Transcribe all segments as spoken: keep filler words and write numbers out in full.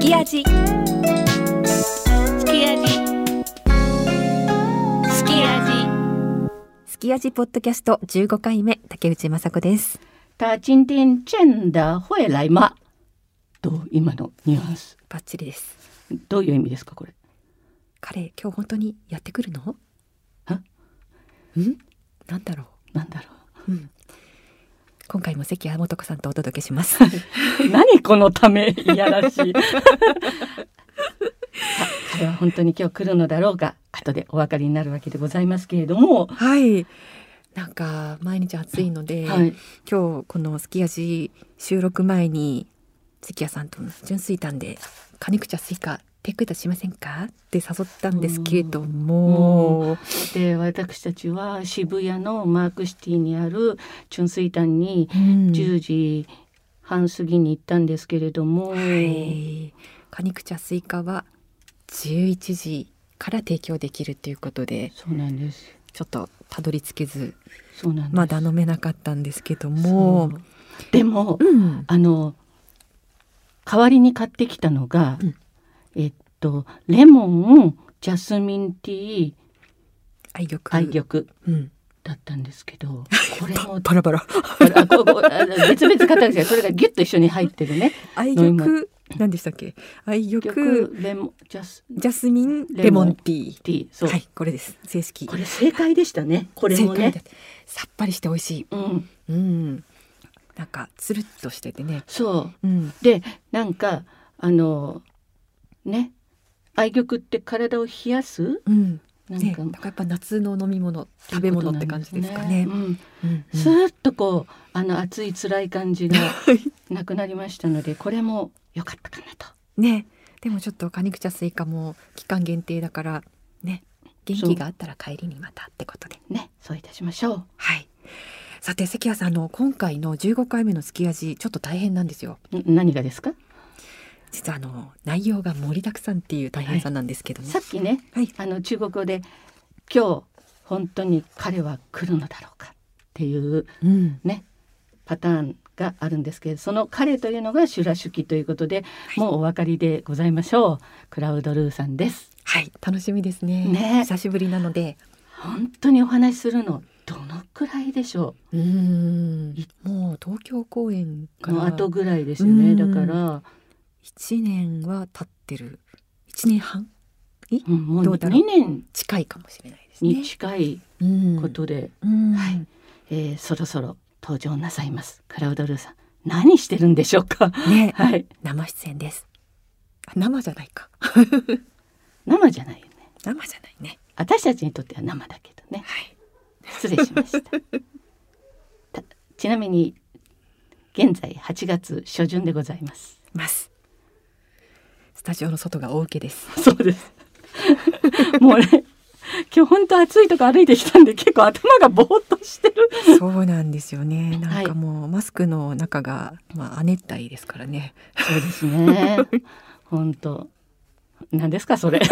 き味すき味すき味すき味ポッドキャストじゅうごかいめ、竹内雅子です。 他今天真的会来吗？どう今のニュアンスバッチリです。 どういう意味ですかこれ？ 彼今日本当にやってくるの？ は？ ん？なんだろうなんだろう、うん、今回も関谷素子さんとお届けします何このためいやらしい彼は本当に今日来るのだろうか、後でお分かりになるわけでございますけれども、 はい、なんか毎日暑いので、はい、今日このすき味収録前に関谷さんと純粋炭でカニクチャスイカテイクイタしませんかって誘ったんですけれども、 で私たちは渋谷のマークシティにある純粋炭にじゅうじはん過ぎに行ったんですけれども、 うん、はい、カニクチャスイカはじゅういちじから提供できるということで、 そうなんです。 ちょっとたどり着けず、 そうなんです、 まだ飲めなかったんですけども、 でも、うん、あの代わりに買ってきたのが、うん、えっとレモンジャスミンティー愛玉愛玉、うん、だったんですけど、これもバラバラあここ別々買ったんですけど、それがギュッと一緒に入ってるね。 愛玉何でしたっけ？愛玉レモンジャスジャスミンレモンティー、 ティー、そう、 はい、これです。正式。 これ正解でしたね。これもね、 さっぱりして美味しい。うん、うん、なんかつるっとしててね。 そう、うん、でなんかあのね、愛玉って体を冷やす、うん、 なんか、ね、だからやっぱ夏の飲み物、食べ物って感じですかね。 うんうん、スーッとこうあの暑い辛い感じがなくなりましたのでこれも良かったかなと。 ね、でもちょっとカニクチャスイカも期間限定だからね、元気があったら帰りにまたってことでね、そういたしましょう。 はい。さて関谷さんの今回のじゅうごかいめのすき味ちょっと大変なんですよ。 何がですか？ 実はあの内容が盛りだくさんっていう大変さなんですけどね、 はい、さっきね、はい、あの中国語で今日本当に彼は来るのだろうかっていう、うん、ねパターンがあるんですけど、その彼というのがシュラシュキということで、はい、もうお分かりでございましょう。クラウドルーさんです。 はい、楽しみです ね, ね久しぶりなので本当にお話しするのどのくらいでしょう。うーん、もう東京公演からの後ぐらいですよね。だからいちねんは経ってる、いちねんはん、 うん、もうにねん近いかもしれないですね。 に近いことで、はい、えー、そろそろ登場なさいます。クラウドルーさん何してるんでしょうかね、はい、生出演です。生じゃないか生じゃないよね。 生じゃないね。 私たちにとっては生だけどね、はい、失礼しましたちなみに現在はちがつ初旬でございますますスタジオの外が大受けです。 そうですもうね今日本当暑いとこ歩いてきたんで結構頭がぼーっとしてるそうなんですよね。なんかもう、はい、マスクの中が、まあ、亜熱帯ですからね。 そうですね本当何ですかそれ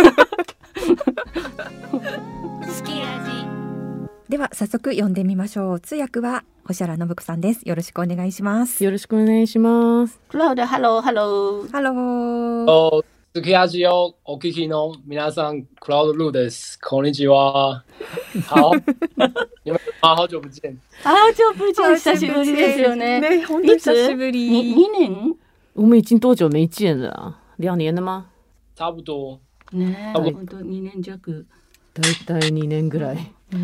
では早速読んでみましょう。通訳は星原信子さんです。よろしくお願いします。 よろしくお願いします。 クラウドハローハローハロー。すき味をお聞きの皆さん、クラウドルーです。こんにちは。好好久不見。 好久不見、久しぶりですよね。 ね、本当に久しぶり。 にねん？ 我们已经多久没见了啊？两年了吗？ 差不多。 ね、本当にねん弱。 だいたいにねんぐらい。 うん。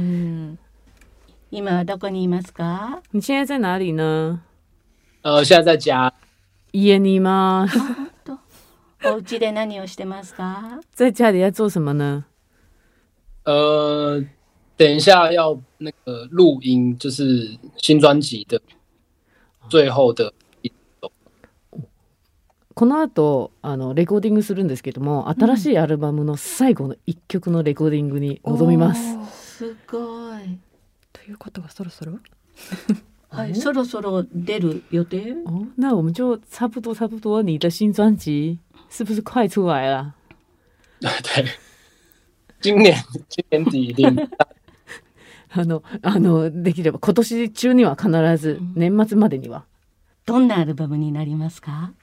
今はどこにいますか？ 你现在在哪里呢？ 呃，现在在家。 家にいます。 お家で何をしてますか？ 在家里在做什么呢？ 呃，等一下要那个录音，就是新专辑的最後的一首。 この後あのレコーディングするんですけども、新しいアルバムの最後の一曲のレコーディングに臨みます。 うん、すごい。 ということはそろそろはい、そろそろ出る予定？ 哦，那我们就差不多差不多，你的新专辑是不是快出来了？ 对，今年今年底一定。 あのあのできれば今年中には必ず、年末までには。 どんなアルバムになりますか？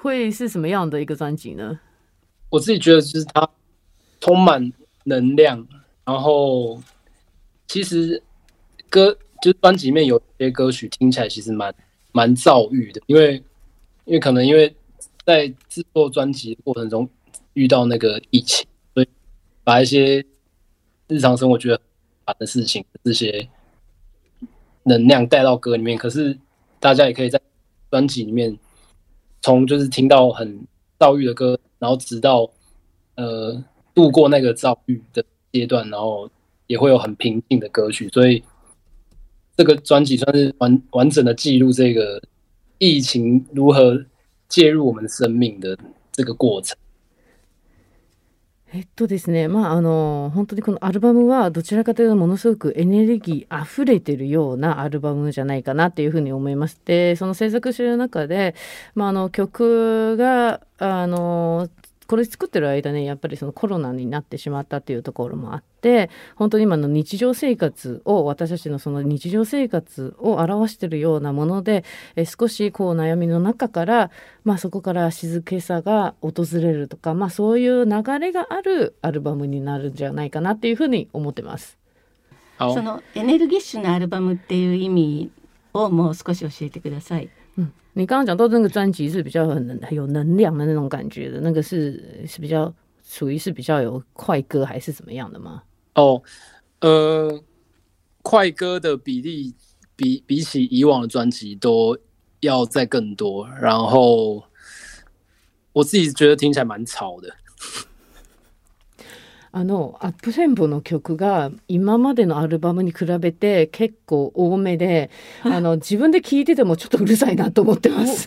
会是什么样的一个专辑呢？ 我自己觉得就是它充满能量，然后其实歌就是专辑里面有些歌曲听起来其实蛮蛮躁郁的，因为因为可能因为在制作专辑的过程中遇到那个疫情，所以把一些日常生活觉得烦的事情这些能量带到歌里面，可是大家也可以在专辑里面从就是听到很躁郁的歌，然后直到呃度过那个躁郁的阶段，然后也会有很平静的歌曲，所以这个专辑算是完完整的记录这个疫情如何介入我们生命的这个过程。 えっとですね、まああの本当にこのアルバムはどちらかというとものすごくエネルギー溢れてるようなアルバムじゃないかなっていうふうに思います。で、その制作してる中で、まあ、あの曲があのこれ作ってる間ね、やっぱりそのコロナになってしまったっていうところもあって、本当に今の日常生活を、私たちのその日常生活を表しているようなもので、え少しこう悩みの中から、まあ、そこから静けさが訪れるとか、まあ、そういう流れがあるアルバムになるんじゃないかなっていうふうに思ってます。 そのエネルギッシュなアルバムっていう意味をもう少し教えてください。 嗯，你刚刚讲到那个专辑是比较很很有能量的那种感觉的，那个是是比较属于是比较有快歌还是怎么样的吗？ 哦，呃，快歌的比例比比起以往的专辑都要再更多，然后我自己觉得听起来蛮吵的。 あのアップテンポの曲が今までのアルバムに比べて結構多めで、あの自分で聴いててもちょっとうるさいなと思ってます。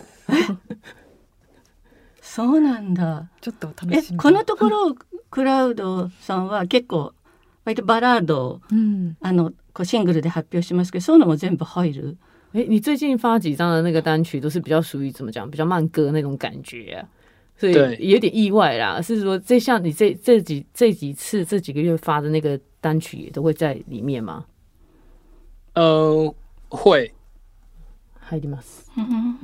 そうなんだ。 ちょっと楽しみ。 え、このところクラウドさんは結構割とバラードを、うん、あのこうシングルで発表しますけど、そういうのも全部入る？ 哎，你最近发几张的那个单曲都是比较属于怎么讲，比较慢歌那种感觉啊。所以有点意外啦，是说这像你这这几这几次这几个月发的那个单曲也都会在里面吗？ 呃，会入ります。 うん、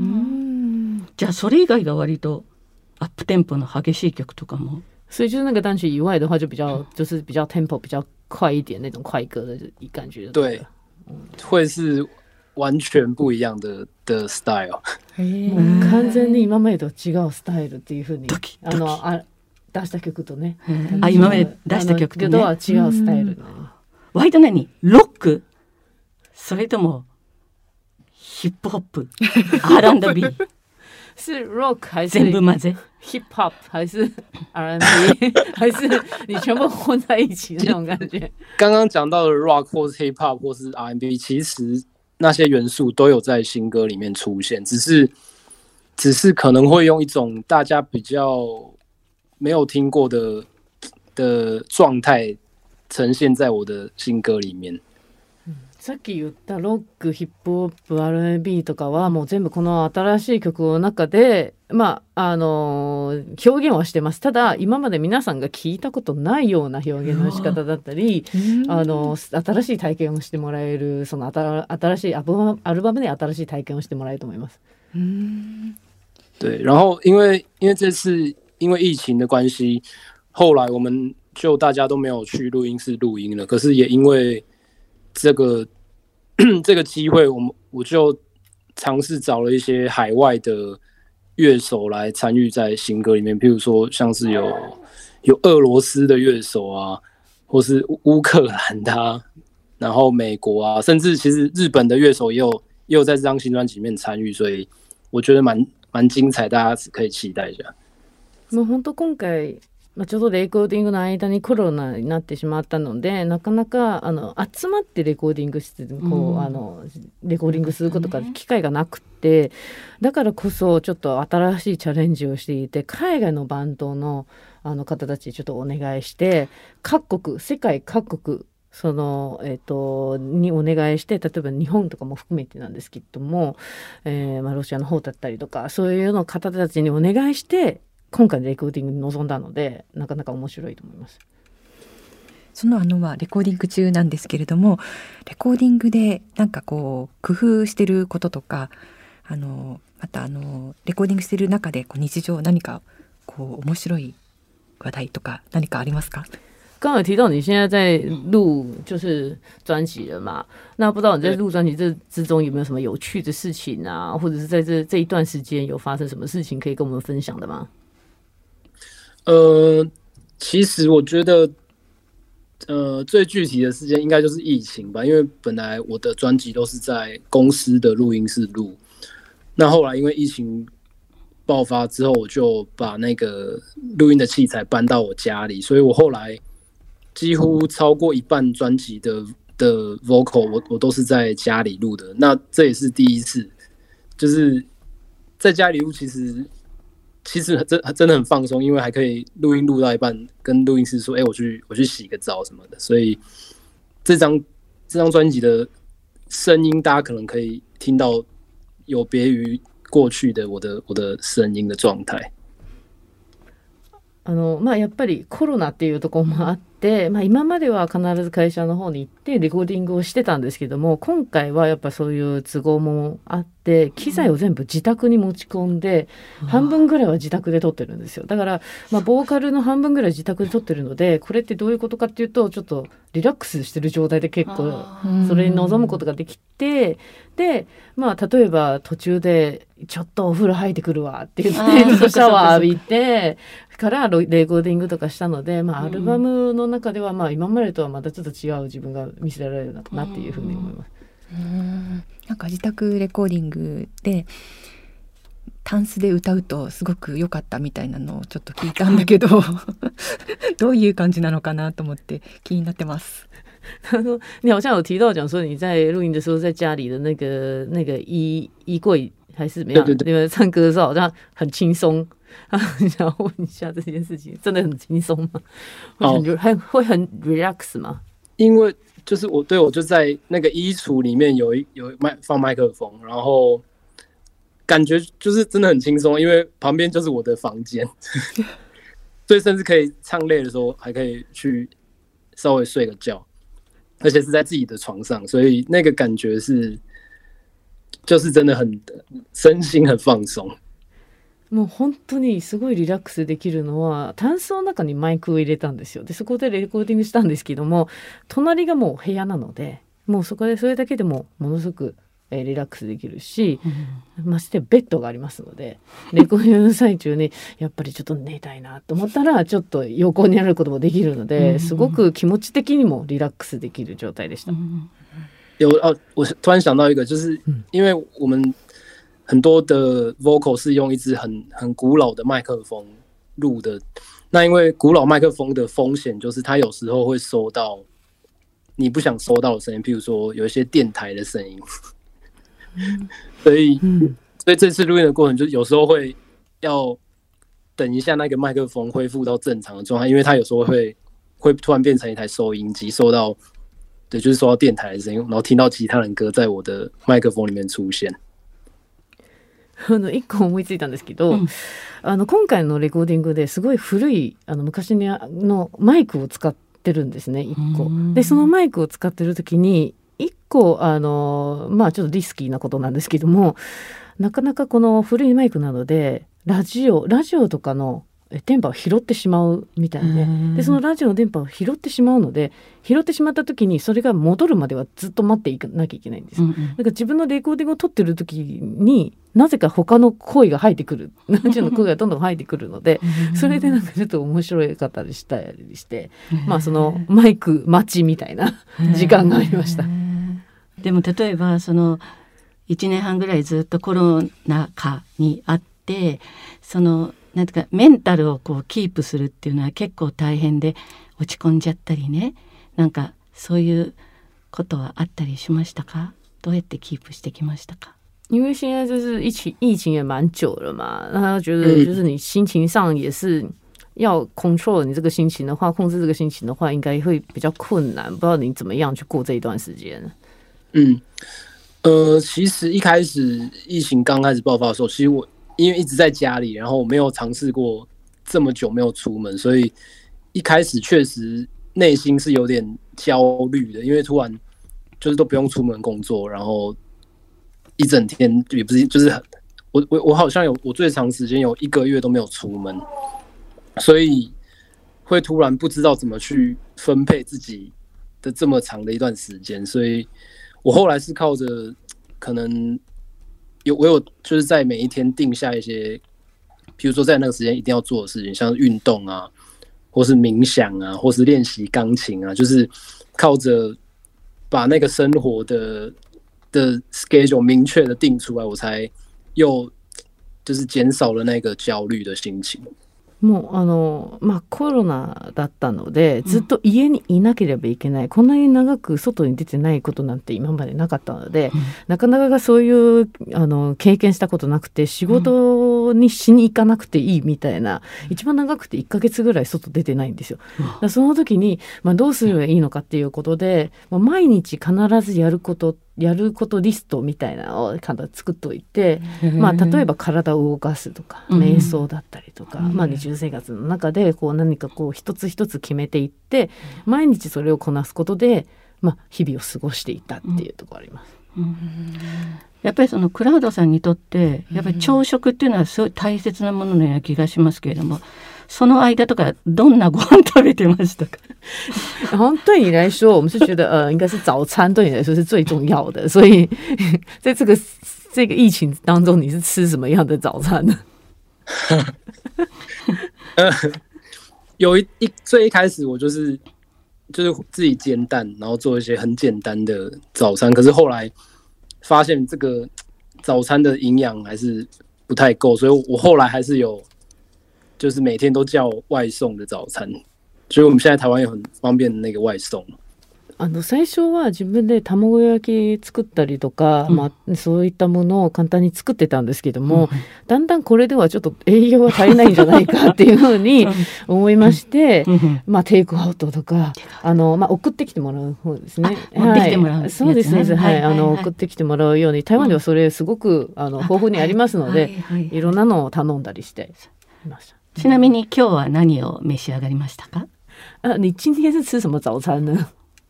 じゃあそれ以外が割とアップテンポの激しい曲とかも。 所以就是那个单曲以外的话，就比较就是比较 tempo 比较快一点那种快歌的感觉。 对，嗯、会是完全不一样的的 style。 もう完全に今までと違うスタイルっていう風にあのあ出した曲とね、 あ今まで出した曲とねは違うスタイル。 割と何ロック？それともヒップホップ？アールアンドビー？ 是 rock 还是全部混ぜ hip hop 还是 R and B 还是你全部混在一起那种感觉？ 刚刚讲到的 rock 或是 hip hop 或是 R and B， 其实那些元素都有在新歌里面出现，只是只是可能会用一种大家比较没有听过的的状态呈现在我的新歌里面。 さっき言ったロック、ヒップホップ、アールアンドビー とかはもう全部この新しい曲の中で、まあ、あのー、表現はしてます。ただ今まで皆さんが聞いたことないような表現の仕方だったり、あの新しい体験をしてもらえる、その新しいアルバムで新しい体験をしてもらえると思います。 嗯，对。然后因为因为这次因为疫情的关系，后来我们就大家都没有去录音室录音了。可是也因为这个这个机会，我们我就尝试找了一些海外的乐手来参与在新歌里面，譬如说像是有有俄罗斯的乐手啊，或是乌克兰的、啊，然后美国啊，甚至其实日本的乐手也有也有在这张新专辑里面参与，所以我觉得蛮蛮精彩，大家可以期待一下。 もう本当今回。まあ、ちょうどレコーディングの間にコロナになってしまったので、なかなかあの集まってレコーディングしてこう、うん、あのレコーディングすることが機会がなくて、だからこそちょっと新しいチャレンジをしていて、海外のバンドのあの方たちにちょっとお願いして、各国世界各国その、えー、とにお願いして、例えば日本とかも含めてなんですけども、えーまあ、ロシアの方だったりとかそういうの方たちにお願いして今回のレコーディングに臨んだので、なかなか面白いと思います。 そのあのはレコーディング中なんですけれども、レコーディングでなんかこう工夫してることとか、あのまたあのレコーディングしている中でこう日常何かこう面白い話題とか何かありますか？ 刚刚有提到你现在在录就是专辑了嘛，那不知道你在录专辑这之中有没有什么有趣的事情啊，或者是在这这一段时间有发生什么事情可以跟我们分享的吗？ 呃，其实我觉得，呃，最具体的事件应该就是疫情吧，因为本来我的专辑都是在公司的录音室录，那后来因为疫情爆发之后，我就把那个录音的器材搬到我家里，所以我后来几乎超过一半专辑的的 vocal 我我都是在家里录的，那这也是第一次，就是在家里录，其实其实真真的很放松，因为还可以录音录到一半，跟录音师说：“哎、欸，我去我去洗个澡什么的。”所以这张这张专辑的声音，大家可能可以听到有别于过去的我的我的声音的状态。 あのまあ、やっぱりコロナっていうところもあって、まあ、今までは必ず会社の方に行ってレコーディングをしてたんですけども、今回はやっぱそういう都合もあって機材を全部自宅に持ち込んで、うん、半分ぐらいは自宅で撮ってるんですよ。だから、まあ、ボーカルの半分ぐらい自宅で撮ってるので、これってどういうことかっていうと、ちょっとリラックスしてる状態で結構それに臨むことができて、で、まあ、例えば途中でちょっとお風呂入ってくるわって言ってシャワー浴びてからレコーディングとかしたので、まあ、アルバムの中ではまあ今までとはまたちょっと違う自分が見せられるなっていうふうに思います。 うん、なんか自宅レコーディングでタンスで歌うとすごく良かったみたいなのをちょっと聞いたんだけどどういう感じなのかなと思って気になってます。 他说你好像有提到讲说你在录音的时候在家里的那个那个衣衣柜还是怎么样， 对对对， 因为唱歌的时候好像很轻松啊，想问一下这件事情真的很轻松吗？会很、很会很 relax 吗？ 因为就是我对我就在那个衣橱里面有一有麦放麦克风，然后感觉就是真的很轻松，因为旁边就是我的房间，所以甚至可以唱累的时候还可以去稍微睡个觉，而且是在自己的床上，所以那个感觉是就是真的很身心很放松。 もう本当にすごいリラックスできるのはタンスの中にマイクを入れたんですよ。でそこでレコーディングしたんですけども、隣がもう部屋なので、もうそこでそれだけでもものすごくリラックスできるし、うん、ましてベッドがありますので、レコーディングの最中にやっぱりちょっと寝たいなと思ったらちょっと横になることもできるので、すごく気持ち的にもリラックスできる状態でした。 有哦，我突然想到一个，就是因为我们很多的 vocal 是用一支很很古老的麦克风录的，那因为古老麦克风的风险就是它有时候会收到你不想收到的声音，譬如说有一些电台的声音，所以所以这次录音的过程就有时候会要等一下那个麦克风恢复到正常的状态，因为它有时候会会突然变成一台收音机，收到对，就是收到电台的声音，然后听到其他人歌在我的麦克风里面出现。 あのいっこ思いついたんですけど、うん、あの今回のレコーディングですごい古いあの昔のマイクを使ってるんですね、いっこ。でそのマイクを使ってる時にいっこあのまあちょっとリスキーなことなんですけども、なかなかこの古いマイクなのでラジオラジオとかの電波を拾ってしまうみたいで、でそのラジオの電波を拾ってしまうので、拾ってしまった時にそれが戻るまではずっと待っていかなきゃいけないんです、うんうん、だから自分のレコーディングを撮ってる時になぜか他の声が入ってくるラジオの声がどんどん入ってくるのでそれでなんかちょっと面白かったりしたりして、まあそのマイク待ちみたいな時間がありました。 でも例えばそのいちねんはんぐらいずっとコロナ禍にあって、そのなんていうかメンタルをこうキープするっていうのは結構大変で落ち込んじゃったりね、なんかそういうことはあったりしましたか？どうやってキープしてきましたか？ 因为现在就是疫情疫情也蛮久了嘛，那他觉得就是你心情上也是要 control 你这个心情的话，控制这个心情的话应该会比较困难，不知道你怎么样去过这一段时间。 嗯，呃，其实一开始疫情刚开始爆发的时候，其实我因为一直在家里，然后我没有尝试过这么久没有出门，所以一开始确实内心是有点焦虑的，因为突然就是都不用出门工作，然后一整天也不是就是很我我我好像有我最长时间有一个月都没有出门，所以会突然不知道怎么去分配自己的这么长的一段时间，所以我后来是靠着可能有我有就是在每一天定下一些，比如说在那个时间一定要做的事情，像是运动啊，或是冥想啊，或是练习钢琴啊，就是靠着把那个生活的的 schedule 明确的定出来，我才又就是减少了那个焦虑的心情。 もうあの、まあ、コロナだったのでずっと家にいなければいけない、うん、こんなに長く外に出てないことなんて今までなかったので、うん、なかなかそういうあの経験したことなくて仕事にしに行かなくていいみたいな、うん、一番長くていっかげつぐらい外出てないんですよ、うん、その時に、まあ、どうすればいいのかっていうことで、もう毎日必ずやることやることリストみたいなのを作っておいて、まあ、例えば体を動かすとか、うん、瞑想だったりとか、うん、まあ、日常生活の中でこう何かこう一つ一つ決めていって毎日それをこなすことで、まあ、日々を過ごしていたっていうところあります、うんうん、 やっぱりそのクラウドさんにとってやっぱり朝食っていうのはすごい大切なもののような気がしますけれども、その間とかどんなご飯食べてましたか？ 然后对你来说，我们是觉得呃，应该是早餐对你来说是最重要的，所以在这个这个疫情当中，你是吃什么样的早餐呢？ 呃，有一一最一开始我就是就是自己煎蛋，然后做一些很简单的早餐，可是后来发现这个早餐的营养还是不太够，所以我后来还是有。就是每天都叫外送的早餐，所以我们现在台湾有很方便的那个外送。 あの最初は自分で卵焼き作ったりとか、うんまあ、そういったものを簡単に作ってたんですけども、うん、だんだんこれではちょっと栄養が足りないんじゃないかっていうふうに思いまして、うんまあ、テイクアウトとかあの、まあ、送ってきてもらう方ですね。 持ってきてもらう、 はい、そうですね、はいはいはい、あの送ってきてもらうように台湾ではそれすごくあの豊富にありますので、はいはいはい、いろんなのを頼んだりしていました。 ちなみに今日は何を召し上がりましたか？ 啊，你今天是吃什么早餐呢？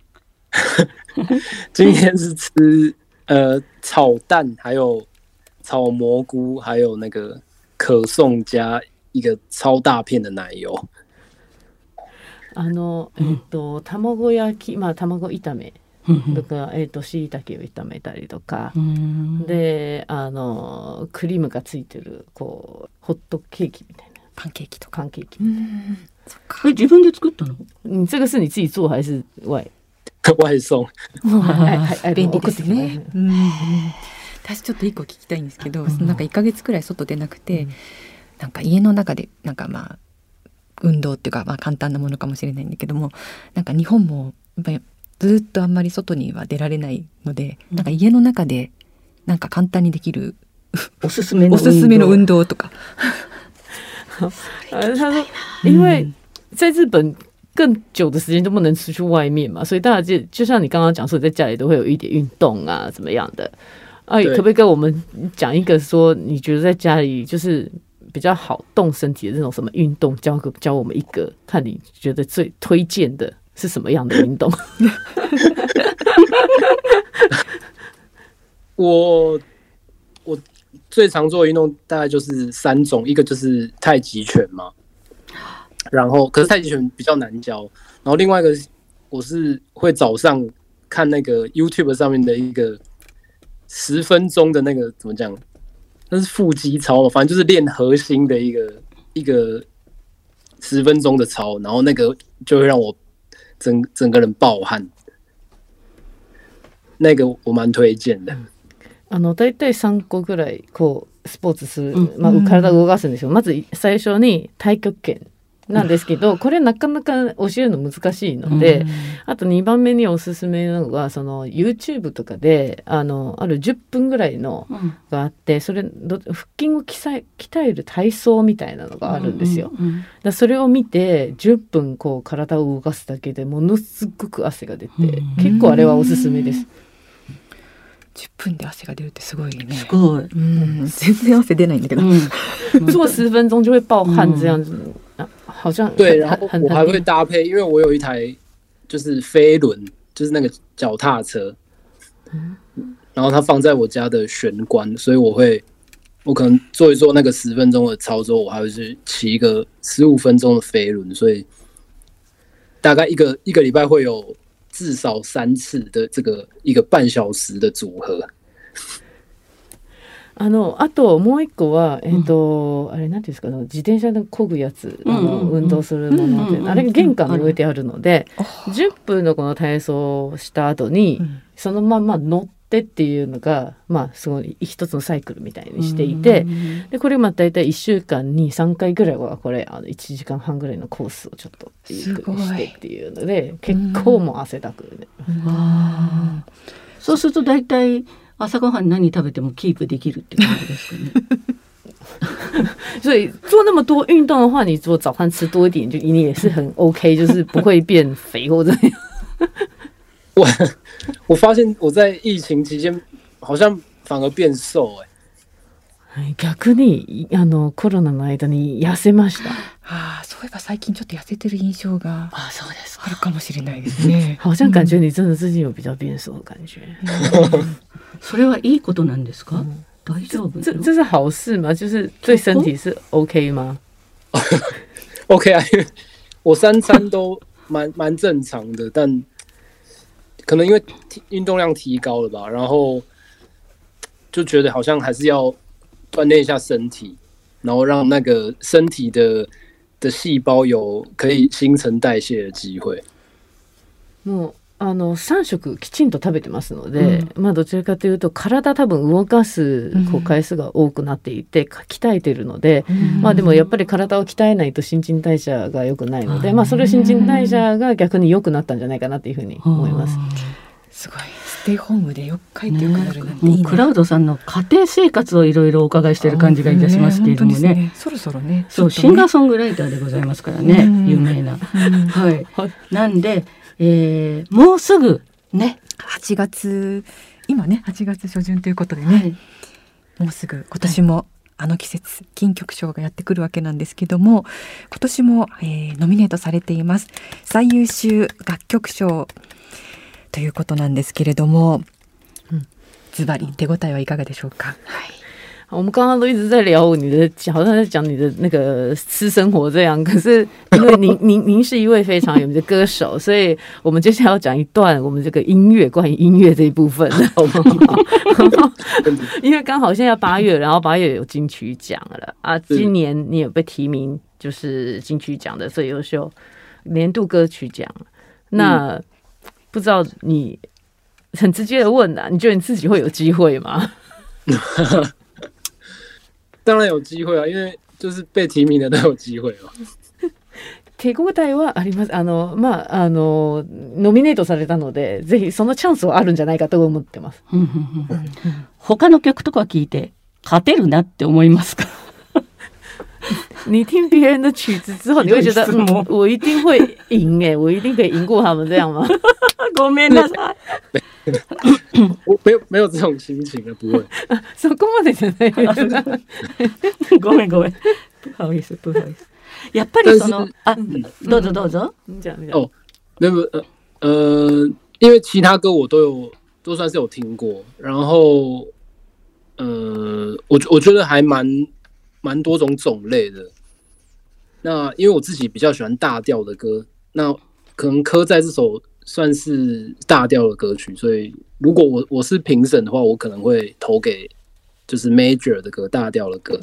今天是吃呃炒蛋，还有炒蘑菇，还有那个可颂加一个超大片的奶油。 あのえっと卵焼き、まあ卵炒めとか、えっと椎茸を炒めたりとか、であのクリームがついてるこうホットケーキみたいな。 パンケーキとか。 パンケーキ。うんそっか。え、自分で作ったの？ 嗯，这个是你自己做还是外？ 外送。 便利ですね。うん。私ちょっと一個聞きたいんですけど、うん、なんかいっかげつくらい外出なくて、うん、なんか家の中でなんかまあ運動っていうかまあ簡単なものかもしれないんだけども、なんか日本もやっぱりずっとあんまり外には出られないので、うん、なんか家の中でなんか簡単にできるおすすめのおすすめの運動とか。 他说因为在日本更久的时间都不能出去外面嘛，所以大家就就像你刚刚讲说在家里都会有一点运动啊怎么样的啊，可不可以跟我们讲一个说你觉得在家里就是比较好动身体的这种什么运动，教个教我们一个，看你觉得最推荐的是什么样的运动？ 我我最常做的运动大概就是三种，一个就是太极拳嘛，然后可是太极拳比较难教，然后另外一个我是会早上看那个 YouTube 上面的一个十分钟的那个怎么讲，那是腹肌操嘛，反正就是练核心的一个一个十分钟的操，然后那个就会让我整整个人爆汗，那个我蛮推荐的。 あのだいたいさんこぐらいこうスポーツする、まあ、体を動かすんですよ。まず最初に太極拳なんですけど、これなかなか教えるの難しいので、あとにばんめにおすすめなのがその YouTube とかで あのあるじゅっぷんぐらいのがあって、それ腹筋を鍛え、鍛える体操みたいなのがあるんですよ。だそれを見てじゅっぷんこう体を動かすだけでものすごく汗が出て、結構あれはおすすめです。 じゅっぷんで汗が出るってすごいね。 すごい。 うん、全然汗出ないんだけど。 做十分钟就会爆汗这样子。好像对，然后我还会搭配，因为我有一台就是飞轮，就是那个脚踏车，然后它放在我家的玄关，所以我会我可能做一做那个十分钟的操作，我还会去骑一个十五分钟的飞轮，所以大概一个一个礼拜会有至少三次的这个一个半小时的组合。 あのあともう一個は、えーとうん、あれなんていうんですか、自転車で漕ぐやつ、あの、うん、運動するもので、うん、あれが玄関に置いてあるので、うん、じゅっぷんのこの体操をした後に、うん、そのまま乗ってっていうのが、まあ、すごい一つのサイクルみたいにしていて、うん、でこれまた大体いっしゅうかんにさんかいぐらいはこれあのいちじかんはんぐらいのコースをちょっとっていうふうにしてっていうので、結構もう汗だくね、うん、 そうすると大体朝ごはん何食べてもキープできるって感じですかね。 所以做那么多运动的话，你做早餐吃多一点，就你也是很 OK， 就是不会变肥或者怎样。 我我发现我在疫情期間好像反而变瘦哎。逆にあのコロナの間に痩せました。 ああ、そういえば最近ちょっと痩せてる印象があそうですあるかもしれないですね。 好像感觉你真的最近有比较变瘦的感觉。 それはいいことなんですか？嗯、大丈夫？ 这这是好事吗？就是对身体是 OK 吗 ？OK 啊，因为我三餐都蛮蛮正常的，但可能因为运动量提高了吧，然后就觉得好像还是要锻炼一下身体，然后让那个身体的的细胞有可以新陈代謝的機會。 もうあのさん食きちんと食べてますので、うん、まあどちらかというと体多分動かすこう回数が多くなっていて、うん、鍛えてるので、うん、まあでもやっぱり体を鍛えないと新陳代謝が良くないので、うん、まあそれ新陳代謝が逆に良くなったんじゃないかなというふうに思います。 すごいステイホームでよく帰ってよくなるなんていい、ね、 もうクラウドさんの家庭生活をいろいろお伺いしている感じがいたしますけれども ね, ね, ねそろそろねそう、ね、シンガーソングライターでございますからね、有名な、はい、なんで、えー、もうすぐねはちがつ今ねはちがつ初旬ということでね、はい、もうすぐ今年もあの季節金曲賞がやってくるわけなんですけども、今年も、えー、ノミネートされています最優秀楽曲賞ということなんですけれども、うん、ズバリ手応えはいかがでしょうか？はい。 我们刚刚都一直在聊你的，好像在讲你的那个私生活这样。可是因为您您您是一位非常有名的歌手，所以我们接下来要讲一段我们这个音乐关于音乐这一部分，好不好？因为刚好现在八月，然后八月有金曲奖了啊，今年你有被提名就是金曲奖的最优秀年度歌曲奖，那、嗯、不知道你很直接的问啊，你觉得你自己会有机会吗？ 当然有機会啊，因为就是被提名的都有機会嘛。 手応えはあります。あのまああのノミネートされたので、ぜひそのチャンスはあるんじゃないかと思ってます。 他の曲とか聞いて勝てるなって思いますか？ 你听别人的曲子之后，你会觉得、嗯、我一定会赢哎，我一定可以赢过他们这样吗？ ごめんなさい。 我没有没有这种心情了，不会。 そこまでじゃない。 ごめんごめん。不好意思不好意思。やっぱりそのあ、どうぞどうぞ。 じゃあ哦，那么呃呃，因为其他歌我都有都算是有听过，然后呃，我我觉得还蛮蛮多种种类的。那因为我自己比较喜欢大调的歌，那可能刻在这首算是大调的歌曲，所以如果我我是评审的话，我可能会投给就是 major 的歌，大調的歌。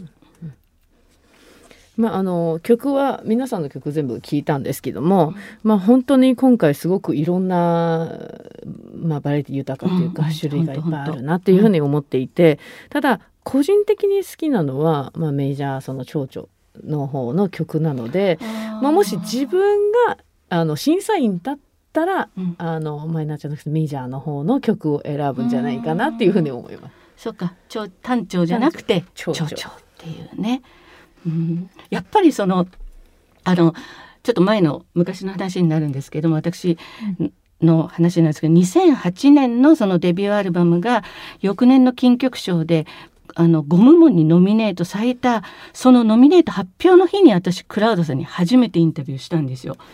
まあ、あの曲は皆さんの曲全部聞いたんですけども、まあ、本当に今回すごくいろんな、まあ、バラエティ豊かというか、うん、種類がいっぱいあるなっていうふうに思っていて、ただ個人的に好きなのは、まあ、メジャーその蝶々の方の曲なので、まあ、もし自分があの審査員だったら、うん、あのマイナーじゃなくてメジャーの方の曲を選ぶんじゃないかなっていうふうに思います。 そうか、単調じゃなくて蝶々っていうね。うん、やっぱりそのあのちょっと前の昔の話になるんですけども、私の話なんですけど、にせんはちねんのそのデビューアルバムが翌年の金曲賞であのご部門にノミネートされた、そのノミネート発表の日に私クラウドさんに初めてインタビューしたんですよ。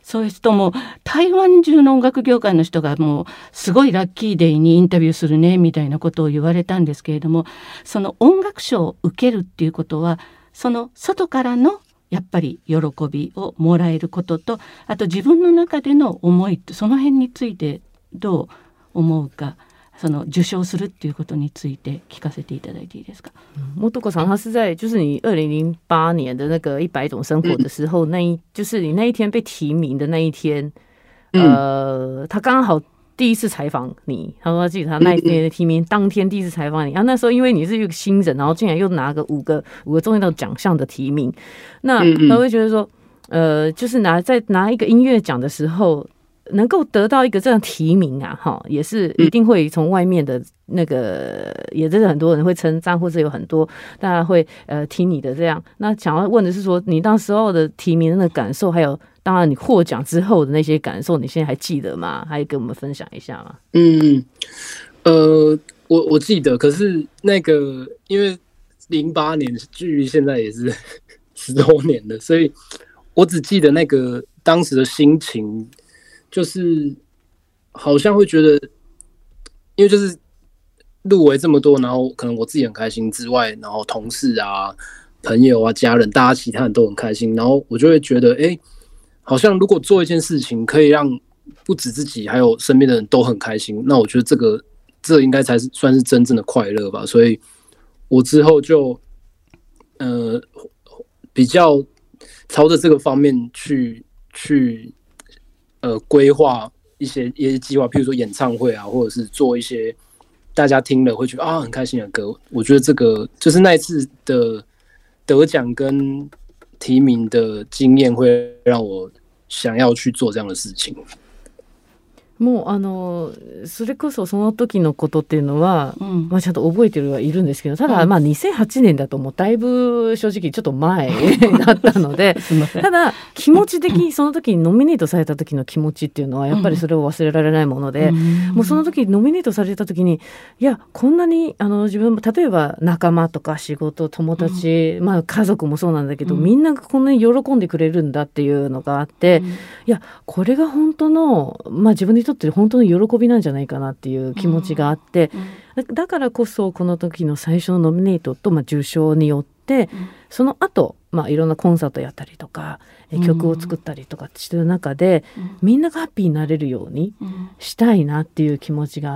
そういう人も台湾中の音楽業界の人がもうすごいラッキーデイにインタビューするねみたいなことを言われたんですけれども、その音楽賞を受けるっていうことはその外からのやっぱり喜びをもらえることと、あと自分の中での思い、その辺についてどう思うか、その受賞するっていうことについて聞かせていただいていいですか。 木头さん他是在就是你二零零八年的那个一百种生活的时候，那一就是你那一天被提名的那一天，呃，他刚好第一次采访你，他说记得他那一天的提名当天第一次采访你，然后那时候因为你是一个新人，然后竟然又拿个五个五个重要的奖项的提名，那他会觉得说，呃，就是拿在拿一个音乐奖的时候。能够得到一个这样提名啊，哈，也是一定会从外面的那个，也真的很多人会称赞，或者有很多大家会呃听你的这样。那想要问的是说，你当时候的提名的感受，还有当然你获奖之后的那些感受，你现在还记得吗？还跟我们分享一下吗？ 嗯，呃，我我记得，可是那个因为零八年距离现在也是十多年了，所以我只记得那个当时的心情。就是好像会觉得，因为就是入围这么多，然后可能我自己很开心之外，然后同事啊、朋友啊、家人，大家其他人都很开心，然后我就会觉得，哎，好像如果做一件事情可以让不止自己，还有身边的人都很开心，那我觉得这个这应该才是算是真正的快乐吧。所以我之后就呃比较朝着这个方面去去。呃，规划一些一些计划，譬如说演唱会啊，或者是做一些大家听了会觉得啊很开心的歌。我觉得这个就是那一次的得奖跟提名的经验，会让我想要去做这样的事情。 もうあのそれこそその時のことっていうのは、うん、まあ、ちゃんと覚えてるはいるんですけど、ただまあにせんはちねんだともうだいぶ正直ちょっと前だったのでただ気持ち的にその時にノミネートされた時の気持ちっていうのはやっぱりそれを忘れられないもので、うん、もうその時ノミネートされた時にいやこんなにあの自分例えば仲間とか仕事友達、うん、まあ家族もそうなんだけど、うん、みんながこんなに喜んでくれるんだっていうのがあって、うん、いやこれが本当のまあ自分にとって本当の喜びなんじゃないかなっていう気持ちがあって、うん、だからこそこの時の最初のノミネートと、まあ、受賞によって、うん、その後、まあいろんなコンサートやったりとか、うん、曲を作ったりとかしてる中で、うん、みんながハッピーになれるようにしたいなっていう気持ちがあって、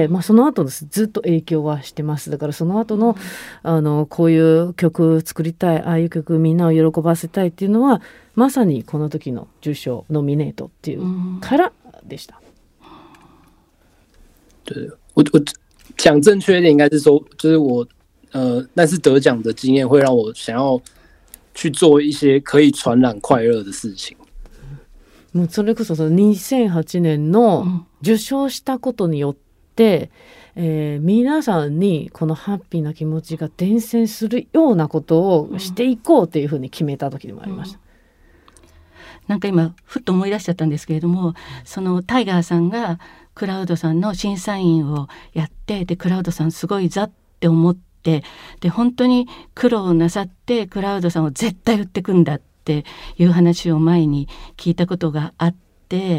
まあ、その後ずっと影響はしてます。だからその後の、あのこういう曲作りたい、ああいう曲みんなを喜ばせたいっていうのはまさにこの時の受賞ノミネートっていうからでした。 对，我我讲正确一点，应该是说，就是我呃，但是得奖的经验会让我想要去做一些可以传染快乐的事情。 もうそれこそそのにせんはちねんの受賞したことによって、うん、えー、皆さんにこのハッピーな気持ちが伝染するようなことをしていこうというふうに決めた時でもありました。うん、 なんか今ふっと思い出しちゃったんですけれども、そのタイガーさんがクラウドさんの審査員をやって、でクラウドさんすごいざって思って、で本当に苦労なさってクラウドさんを絶対売ってくんだっていう話を前に聞いたことがあって、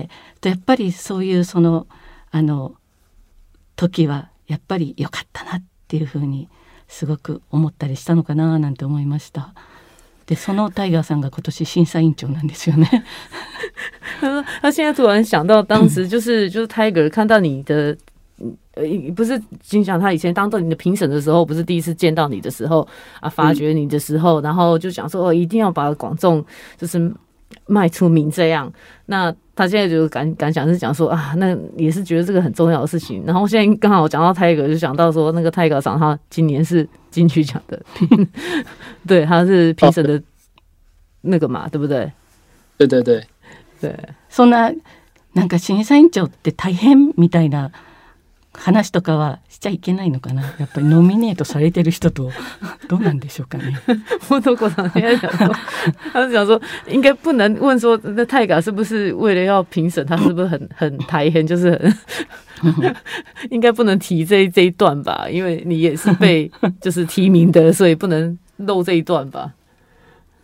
やっぱりそういうそのあの時はやっぱり良かったなっていうふうにすごく思ったりしたのかななんて思いました。でそのタイガーさんが今年審査委員長なんですよね。 他现在突然想到当时就是就是 Tiger 看到你的呃不是心想他以前当到你的评审的时候，不是第一次见到你的时候啊，发掘你的时候，然后就讲说哦一定要把广众就是卖出名这样。那他现在就感感想是讲说啊，那也是觉得这个很重要的事情。然后现在刚好讲到 Tiger 就想到说那个 Tiger 长他今年是金曲奖的对，他是评审的那个嘛，对不对？ 对对对对。 そんななんか審査委員長って大変みたいな話とかはしちゃいけないのかな。やっぱりノミネートされてる人とどうなんdeしょうかね。 木头さん现在讲说，他是讲说应该不能问说那泰嘎是不是为了要评审，他是不是很很台很就是很应该不能提这这一段吧，因为你也是被就是提名的，所以不能漏这一段吧。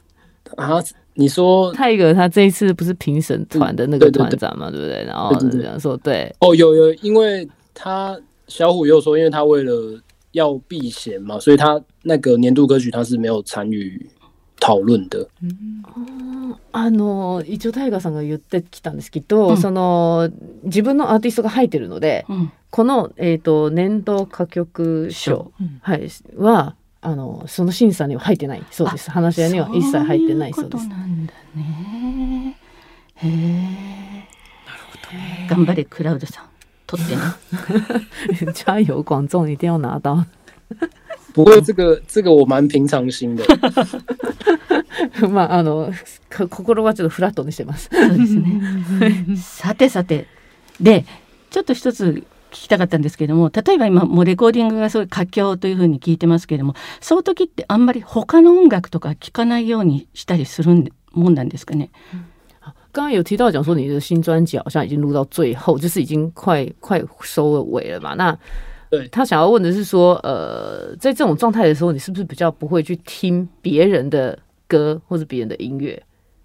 啊，你说泰戈他这一次不是评审团的那个团长嘛，对不对？然后这样说，对， 哦，有有，因为他小虎又说，因为他为了要避嫌嘛，所以他那个年度歌曲他是没有参与討論で。 あの一応タイガーさんが言ってきたんですけど、うん、その自分のアーティストが入ってるので、うん、この、えーと、年度歌曲賞、うん、はい、はあのその審査には入ってないそうです。話し合いには一切入ってないそうです。そういうことなんだね。へえ。なるほどね。頑張れクラウドさん、取ってな。加油，观众一定要拿到。 不过这个这个我蛮平常心的。 まああの心はちょっとフラットにしてます。 そうですね。さてさて、でちょっと一つ聞きたかったんですけれども、例えば今もうレコーディングがすごい佳境というふうに聞いてますけれども、その時ってあんまり他の音楽とか聞かないようにしたりするもんなんですかね。 刚刚有提到讲说你的新专辑好像已经录到最后，就是已经快快收尾了嘛。那对他想要问的是说，呃，在这种状态的时候，你是不是比较不会去听别人的歌或者别人的音乐？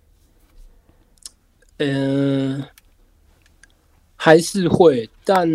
嗯、呃，还是会，但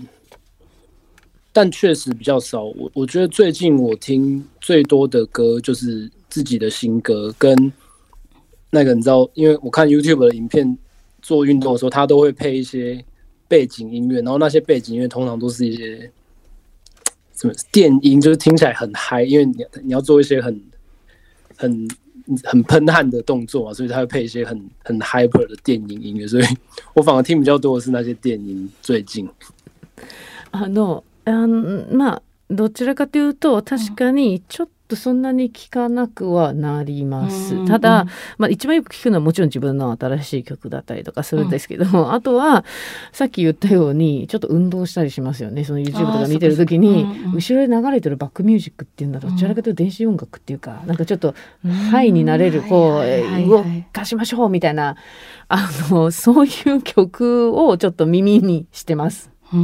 但确实比较少。我我觉得最近我听最多的歌就是自己的新歌，跟那个你知道，因为我看 YouTube 的影片，做运动的时候，他都会配一些背景音乐，然后那些背景音乐通常都是一些什么电音，就是听起来很嗨，因为你你要做一些很很很喷汗的动作嘛，所以他会配一些很很 hyper 的電音音乐，所以我反而听比较多的是那些電音。最近あのあまあどちらかというと確かにちょっとそんなに聞かなくはなります。うん、ただ、まあ、一番よく聞くのはもちろん自分の新しい曲だったりとかするんですけども、うん、あとはさっき言ったようにちょっと運動したりしますよね。その YouTube とか見てる時に、うん、後ろで流れてるバックミュージックっていうのはどちらかというと電子音楽っていうか、うん、なんかちょっとハイになれる、こう動かしましょうみたいな、あのそういう曲をちょっと耳にしてます。 うん、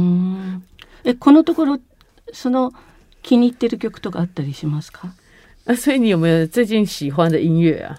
えこのところその気に入ってる曲とかあったりしますか？ 啊，所以你有没有最近喜欢的音乐啊？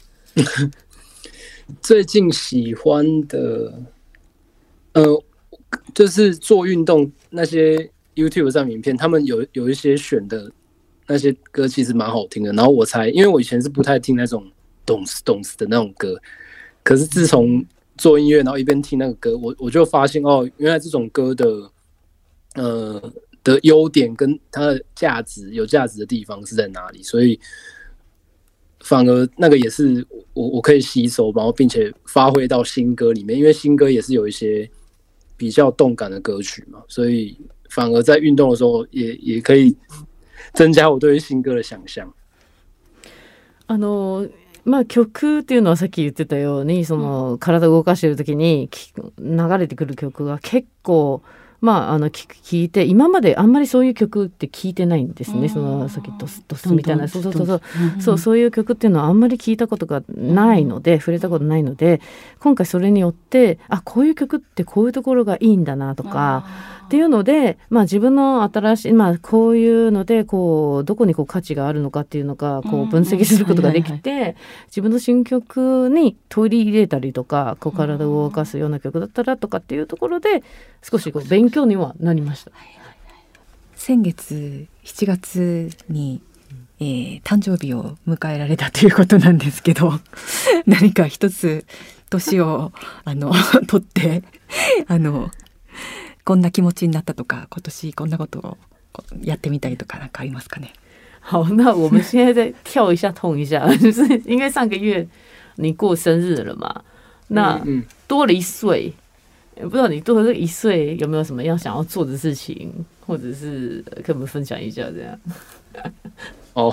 最近喜欢的，呃，就是做运动那些 YouTube 上影片，他们有有一些选的那些歌其实蛮好听的。然后我才，因为我以前是不太听那种咚斯咚斯的那种歌，可是自从做音乐，然后一边听那个歌，我我就发现哦，原来这种歌的，呃。的优点跟它的价值有价值的地方是在哪里，所以反而那个也是我我可以吸收，然后并且发挥到新歌里面，因为新歌也是有一些比较动感的歌曲嘛，所以反而在运动的时候也也可以增加我对于新歌的想象。 あのまあ、曲っていうのはさっき言ってたようにその体を動かしてる時に流れてくる曲が結構まあ、あの聞いて今まであんまりそういう曲って聞いてないんですね。そのさっきドスドスみたいなそうそうそうそうそうそういう曲っていうのはあんまり聞いたことがないので触れたことないので、今回それによってあこういう曲ってこういうところがいいんだなとかっていうので、まあ、自分の新しい、まあ、こういうのでこうどこにこう価値があるのかっていうのかこう分析することができて、自分の新曲に取り入れたりとかこう体を動かすような曲だったらとかっていうところで少しこう勉強にはなりました。 先月しちがつに、えー、誕生日を迎えられたということなんですけど何か一つ年をあの取ってあのこんな気持ちになったとか今年こんなことをやってみたいとかなんかありますかね？ 好，那我们现在再跳一下痛一下就是因为上个月你过生日了嘛，那多了一岁，不知道你多了一岁有没有什么要想要做的事情，或者是跟我们分享一下这样。 哦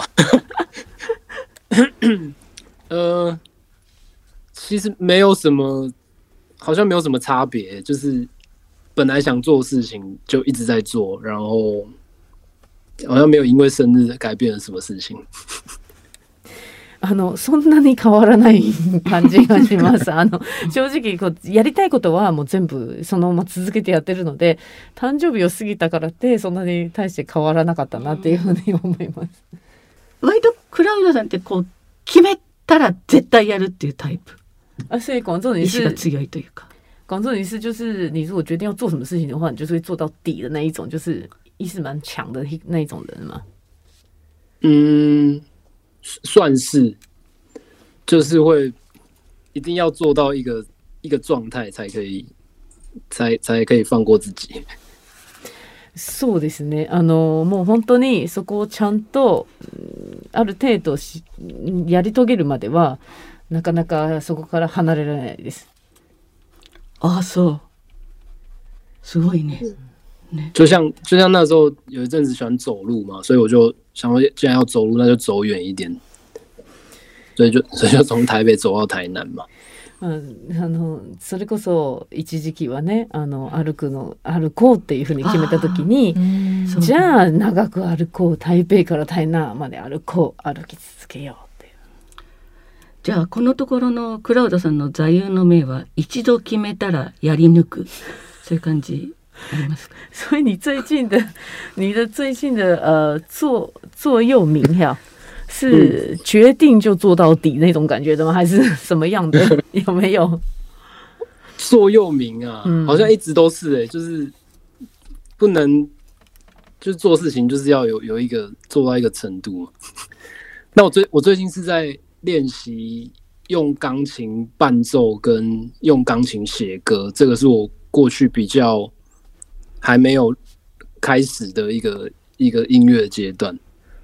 呃其实没有什么，好像没有什么差别，就是本来想做的事情就一直在做，然后好像没有因为生日改变了什么事情。 あのそんなに変わらない感じがします。あの正直こうやりたいことはもう全部そのまま続けてやってるので、誕生日を過ぎたからってそんなに大して変わらなかったなっていうふうに思います。 割とクラウドさんってこう決めたら絶対やるっていうタイプ。 啊，所以广州你意志が是強いというか。 广州你是就是你如果决定要做什么事情的话，你就是会做到底的那一种，就是意识蛮强的那一种人嘛。 嗯，算是，就是会一定要做到一个一个状态才可以，才才可以放过自己。 そうですね。あのもう本当にそこをちゃんとある程度しやり遂げるまではなかなかそこから離れられないです。 ああ、そう。すごいね。 ね就像就像那时候有一阵子喜欢走路嘛，所以我就想说，既然要走路，那就走远一点。所以就所以就从台北走到台南嘛。 あのそれこそ一時期はね、あの歩くの歩こうっていうふうに決めた時に、じゃあ長く歩こう、台北から台南まで歩こう、歩き続けようっていう。 じゃあこのところのクラウドさんの座右の銘は一度決めたらやり抜く、そういう感じありますか？ 所以你最近的你的最近的呃座座右铭呀，是决定就做到底那种感觉的吗？还是什么样的？有没有座右铭啊？嗯、好像一直都是哎、欸，就是不能就是做事情就是要有有一个做到一个程度。那我最我最近是在练习用钢琴伴奏跟用钢琴写歌，这个是我过去比较还没有开始的一个一个音乐阶段。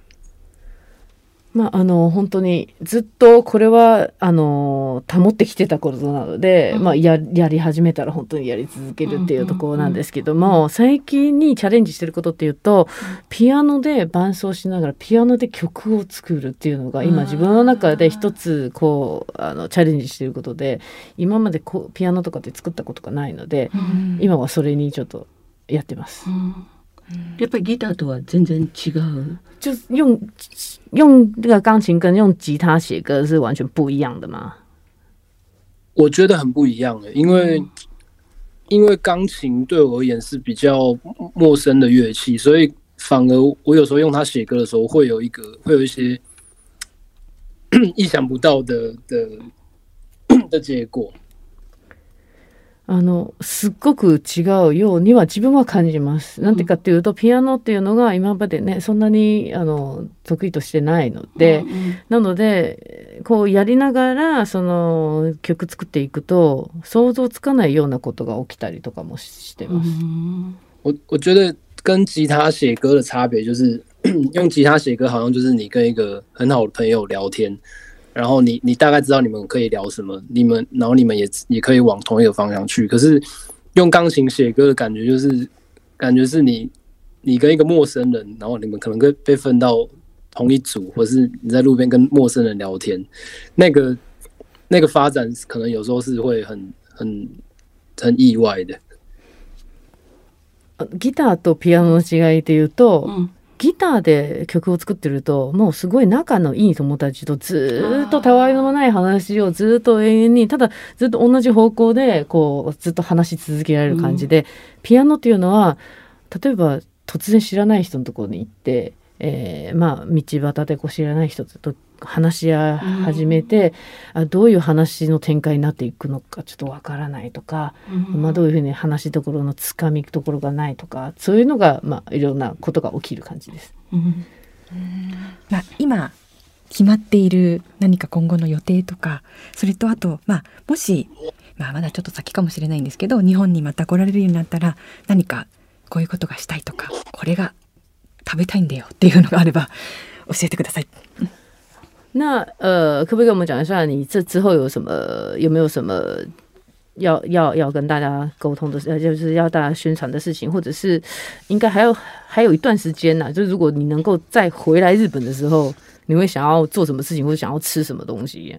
まあ、あの本当にずっとこれはあの保ってきてたことなので、うん、まあ、や, やり始めたら本当にやり続けるっていうところなんですけども、うんうんうん、最近にチャレンジしてることっていうと、ピアノで伴奏しながらピアノで曲を作るっていうのが今自分の中で一つこうあのチャレンジしてることで、今までこうピアノとかで作ったことがないので、うん、今はそれにちょっとやってます。うん、 やっぱりギターとは全然違う。 就用用这个钢琴跟用吉他写歌是完全不一样的吗？ 我觉得很不一样的，因为、嗯、因为钢琴对我而言是比较陌生的乐器，所以反而我有时候用它写歌的时候，会有一个会有一些意想不到的的的结果。 あのすっごく違うようには自分は感じます。なんてかっていうと、ピアノっていうのが今までねそんなにあの得意としてないので、うんうん、なのでこうやりながらその曲作っていくと想像つかないようなことが起きたりとかもしてます。 嗯、我我觉得跟吉他写歌的差别就是用吉他写歌好像就是你跟一个很好的朋友聊天。然后你你大概知道你们可以聊什么，你们然后你们也也可以往同一个方向去。可是用钢琴写歌的感觉就是感觉是你你跟一个陌生人，然后你们可能会被分到同一组，或是你在路边跟陌生人聊天，那个那个发展可能有时候是会很很很意外的。 ギターとピアノの違いでいうと。うんギターで曲を作ってるともうすごい仲のいい友達とずっとたわいのない話をずっと永遠にただずっと同じ方向でこうずっと話し続けられる感じで、うん、ピアノっていうのは例えば突然知らない人のところに行って、えー、まあ道端でこう知らない人と話し始めて、うん、あどういう話の展開になっていくのかちょっとわからないとか、うんまあ、どういうふうに話しどころのつかみどころがないとかそういうのが、まあ、いろんなことが起きる感じです。うんまあ、今決まっている何か今後の予定とかそれとあと、まあ、もし、まあ、まだちょっと先かもしれないんですけど日本にまた来られるようになったら何かこういうことがしたいとかこれが食べたいんだよっていうのがあれば教えてください。 那呃，可不可以跟我们讲一下，你这之后有什么有没有什么要要要跟大家沟通的，呃，就是要大家宣传的事情，或者是应该还有还有一段时间呐、啊，就是如果你能够再回来日本的时候，你会想要做什么事情，或者想要吃什么东西、啊？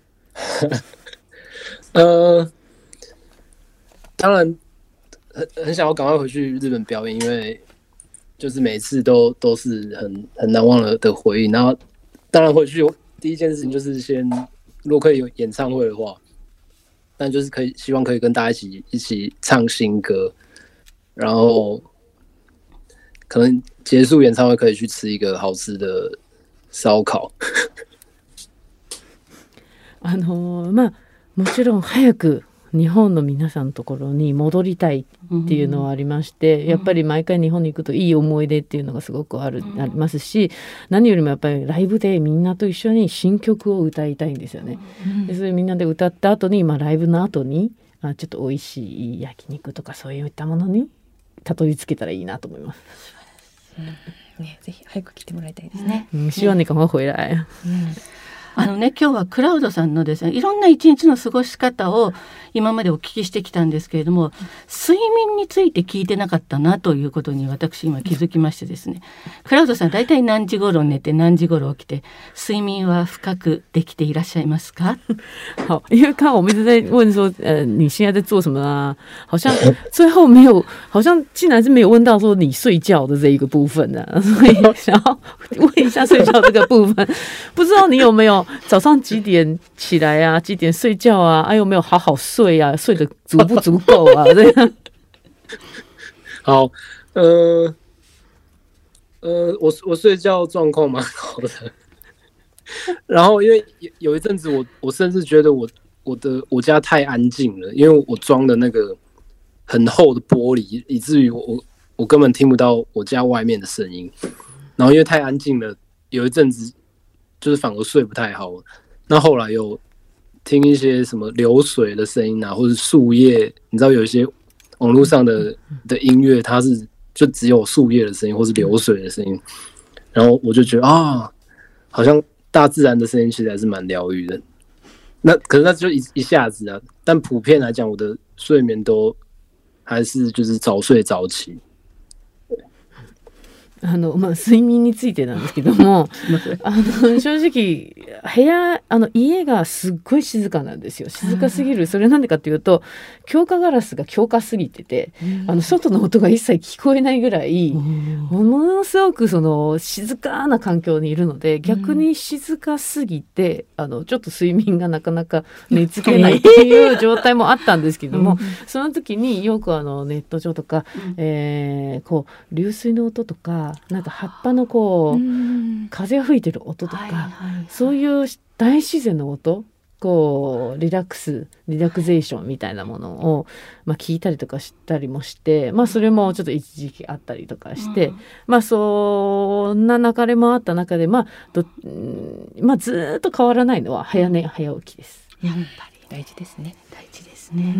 呃，当然很很想要赶快回去日本表演，因为就是每次都都是很很难忘的的回忆，然后。当然回去第一件事情就是先，如果可以有演唱会的话，那就是可以希望可以跟大家一起一起唱新歌，然后可能结束演唱会可以去吃一个好吃的烧烤。 あのまあもちろん早く日本の皆さんのところに戻りたいっていうのはありまして、うん、やっぱり毎回日本に行くといい思い出っていうのがすごくある、うん、ありますし、何よりもやっぱりライブでみんなと一緒に新曲を歌いたいんですよね、うん、でそれみんなで歌った後に、まあ、ライブの後にあちょっと美味しい焼肉とかそういったものにたどり着けたらいいなと思います、 うんね、ぜひ早く来てもらいたいですね、 うん、希望你赶快回来、うんあのね、今日はクラウドさんのですね、いろんな一日の過ごし方を今までお聞きしてきたんですけれども、睡眠について聞いてなかったなということに私今気づきましてですね、クラウドさん大体何時頃寝て何時頃起きて、睡眠は深くできていらっしゃいますか？ 好，因为刚刚我们一直在问说，呃，你现在在做什么啊？好像最后没有，好像竟然是没有问到说你睡觉的这一个部分呢、啊，所以想要问一下睡觉这个部分，不知道你有没有？早上几点起来啊？几点睡觉啊？哎、啊，有没有好好睡啊？睡得足不足够啊？这样。 好，呃呃，我我睡觉状况蛮好的。然后因为有一阵子我我甚至觉得我我的我家太安静了，因为我装的那个很厚的玻璃，以至于我我我根本听不到我家外面的声音。然后因为太安静了，有一阵子。就是反而睡不太好，那后来有听一些什么流水的声音啊，或者树叶，你知道有一些网络上的的音乐，它是就只有树叶的声音或是流水的声音，然后我就觉得啊，好像大自然的声音其实还是蛮疗愈的。那可是那就 一, 一下子啊，但普遍来讲，我的睡眠都还是就是早睡早起。 あのまあ、睡眠についてなんですけどもあの正直部屋あの家がすっごい静かなんですよ。静かすぎる。それなんでかっていうと強化ガラスが強化すぎててあの外の音が一切聞こえないぐらいものすごくその静かな環境にいるので逆に静かすぎてあのちょっと睡眠がなかなか寝つけないっていう状態もあったんですけどもその時によくあのネット上とか、えー、こう流水の音とかなんか葉っぱのこう風が吹いてる音とか、はいはいはい、そういう大自然の音こうリラックスリラクゼーションみたいなものを、まあ、聞いたりとかしたりもして、まあ、それもちょっと一時期あったりとかして、うん、まあそんな流れもあった中で、まあどまあ、ずっと変わらないのは早寝早起きです。 やっぱり大事ですね。 大事ですね、うん、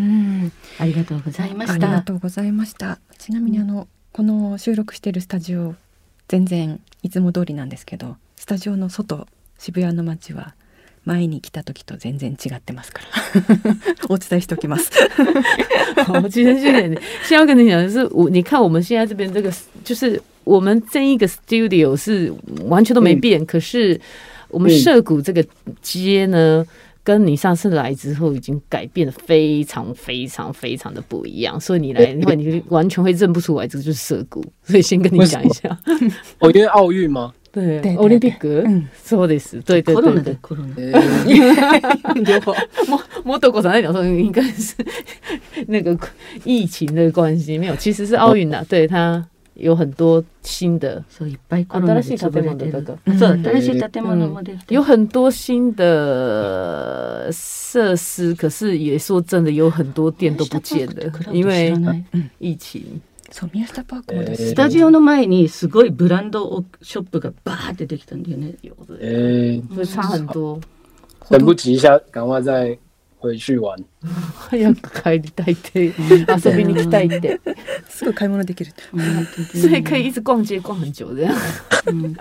ありがとうございました。 ありがとうございました。ちなみにあの、うん、この収録しているスタジオ全然いつも通りなんですけどスタジオの外渋谷の街は前に来た時と全然違ってますからお伝えしておきます我其实现在先要跟你讲的是我你看我们现在这边这个就是我们这一个 studio 是完全都没变、嗯、可是我们涉谷这个街呢、嗯跟你上次来之后已经改变得非常非常非常的不一样，所以你来的话你完全会认不出来这就是涩谷，所以先跟你讲一下。 哦，因为奥运吗？ 对，オリンピック、嗯，そうです。对对对对。 コロナで両方。も元子さん在讲说应该是那个疫情的关系，没有，其实是奥运啦。对他。有很多新的そういっぱいコロナで潰れてる。 そう新しい建物もできて有很多新的设施，可是也说真的有很多店都不见了，因为疫情。 そう宮下パークもです。 スタジオの前にすごいブランドショップがバーってできたんだよね。 えー、差很多。 等不及一下，赶快再回去玩。 早く帰りたいって遊びに来たいってすぐ買い物できる所以可以一直逛街逛很久这样、 うん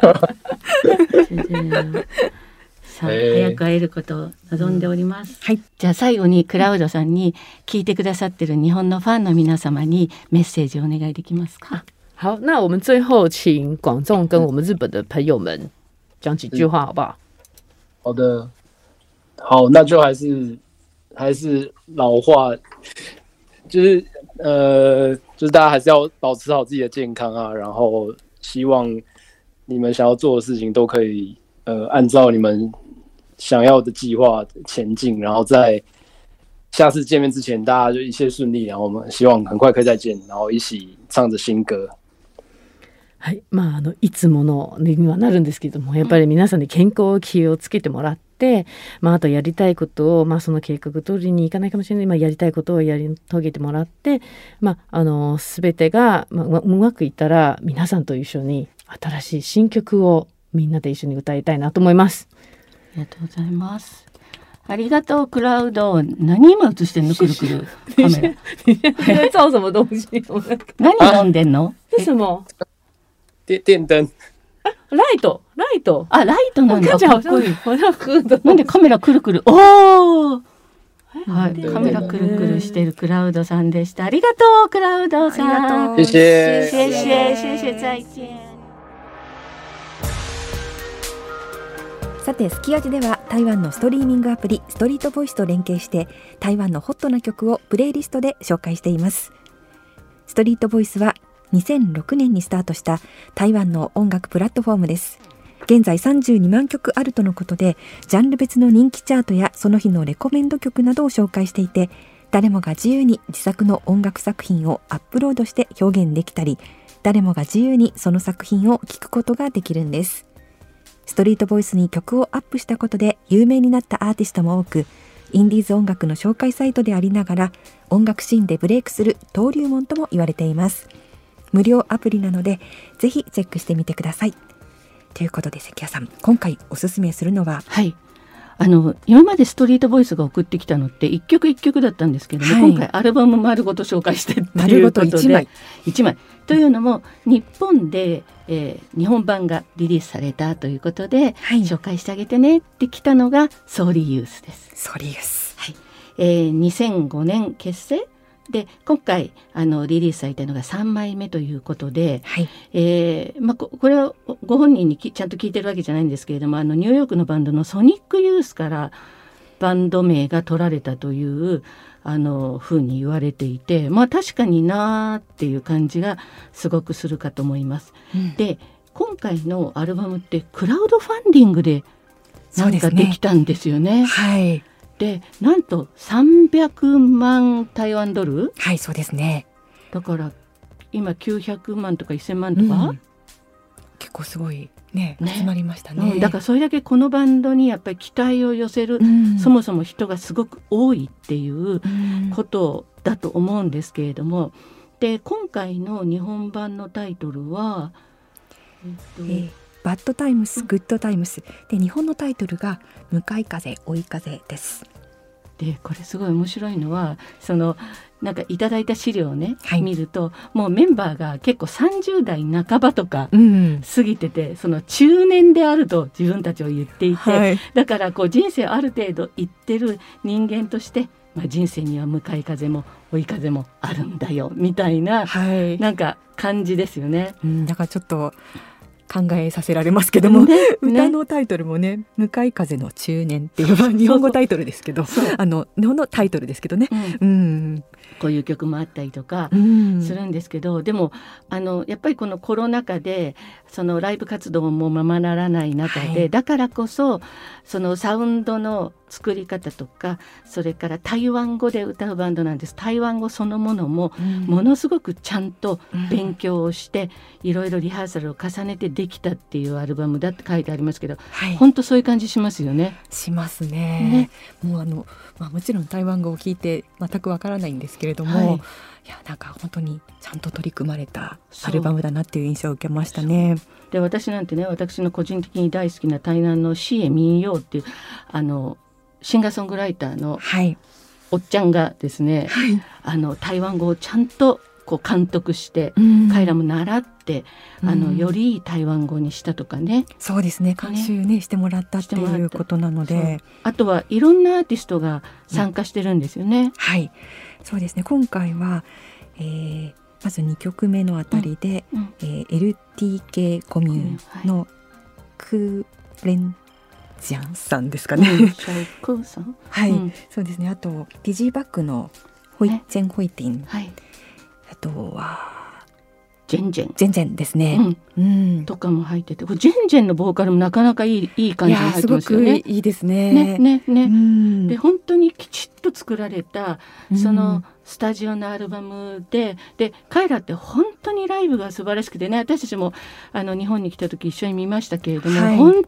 さあ早く会えることを望んでおります、 はい、 じゃあ最後にクラウドさんに聞いてくださってる日本のファンの皆様にメッセージをお願いできますか。 好，那我们最后请广仲跟我们日本的朋友们讲几句话好不好？ 好的，好，那就还是还是老话，就是呃，就是大家还是要保持好自己的健康啊，然后希望你们想要做的事情都可以呃按照你们想要的计划前进，然后在下次见面之前，大家就一切顺利，然后我们希望很快可以再见，然後一起唱着新歌。 はい、まああのいつものにはなるんですけども、やっぱり皆さんに健康を気をつけてもらって、まあ、あとやりたいことを、まあ、その計画通りにいかないかもしれない、まあ、やりたいことをやり遂げてもらって、まあ、あの全てが、まあ、うまくいったら皆さんと一緒に新しい新曲をみんなで一緒に歌いたいなと思います。 ありがとうございます。ありがとうクラウド。何今映してんの？くるくるカメラ。 造什么东西？ 何飲んでんの？ 是什么？ 電電灯。 ライト、ライト。 あ、ライトなんだ。かっこいい。 い。 なんでカメラくるくる。おお。はい、カメラくるくるしてるクラウドさんでした。ありがとうクラウドさん。 謝謝。 謝謝謝謝再见。 さてすき味では台湾のストリーミングアプリストリートボイスと連携して台湾のホットな曲をプレイリストで紹介しています。ストリートボイスはにせんろくねんにスタートした台湾の音楽プラットフォームです。現在さんじゅうにまんきょくあるとのことで、ジャンル別の人気チャートやその日のレコメンド曲などを紹介していて、誰もが自由に自作の音楽作品をアップロードして表現できたり、誰もが自由にその作品を聴くことができるんです。ストリートボイスに曲をアップしたことで有名になったアーティストも多く、インディーズ音楽の紹介サイトでありながら音楽シーンでブレイクする登竜門とも言われています。無料アプリなのでぜひチェックしてみてください。ということで関谷さん、今回おすすめするのは、 はい、あの今までストリートボイスが送ってきたのって一曲一曲だったんですけども、はい、今回アルバム丸ごと紹介してっていうことで丸ごといちまいいちまいというのも日本で、えー、日本版がリリースされたということで、はい、紹介してあげてねってきたのがソーリーユースです。 ソーリーユース、 はい、えー、にせんごねん結成で今回あのリリースされたのがさんまいめということで、はい、えーまあ、こ, これはご本人にきちゃんと聞いてるわけじゃないんですけれども、あのニューヨークのバンドのソニックユースからバンド名が取られたというあのふうに言われていて、まあ確かになーっていう感じがすごくするかと思います。うん、で今回のアルバムってクラウドファンディングでなんかできたんですよね。 はい。 でなんとさんびゃくまん台湾ドル。 はい、そうですね。 だから今きゅうひゃくまんとかせんまんとか、うん、 結構すごいね集まりましたね、 うん、だからそれだけこのバンドにやっぱり期待を寄せる、うん、そもそも人がすごく多いっていうことだと思うんですけれども、で今回の日本版のタイトルは、 えっとえーバッドタイムス、グッドタイムスで、日本のタイトルが向かい風追い風です。 でこれすごい面白いのは、そのなんかいただいた資料をね、はい、見るともうメンバーが結構さんじゅうだいなかばとか過ぎてて、うん、その中年であると自分たちを言っていて、はい、だからこう人生ある程度いってる人間として、まあ、人生には向かい風も追い風もあるんだよみたいな、はい、なんか感じですよね。 うん、だからちょっと考えさせられますけども、ね、歌のタイトルもね、向かい風の中年っていう日本語タイトルですけど、あの日本のタイトルですけどね、うんうん、 こういう曲もあったりとかするんですけど、うん、でもあのやっぱりこのコロナ禍でそのライブ活動もままならない中で、はい、だからこそそのサウンドの作り方とか、それから台湾語で歌うバンドなんです。台湾語そのものもものすごくちゃんと勉強をして、うん、いろいろリハーサルを重ねてできたっていうアルバムだって書いてありますけど、はい、本当そういう感じしますよね。 しますね。ね、もうあの、まあ、もちろん台湾語を聞いて全くわからないんですけれども、はい、いやなんか本当にちゃんと取り組まれたアルバムだなっていう印象を受けましたね。 で私なんてね、私の個人的に大好きな台南のシエ民謡っていうあのシンガーソングライターのおっちゃんがですね、はい、あの台湾語をちゃんとこう監督して、うん、彼らも習ってあの、うん、よりいい台湾語にしたとかね。 そうですね、監修、ね、してもらったっていうことなので、 あとはいろんなアーティストが参加してるんですよね。うん、 はい、そうですね。今回は、えー、まずにきょくめのあたりで、うんうんえー、エルティーケー コミューンのクレンジャンさんですかね。 うん、シャイクーさんはい、うん、そうですね。あとディジーバックのホイッチェンホイティン、ねはい、あとはジェンジェンジェンジェンですね、 うんうん、とかも入ってて、ジェンジェンのボーカルもなかなかいい、いい感じで入ってますよね。 いやすごくいいですね。 ねねね、うん、で本当にきちっと作られたそのスタジオのアルバムで、で彼らって本当にライブが素晴らしくてね、私たちもあの日本に来た時一緒に見ましたけれども、はい、本当に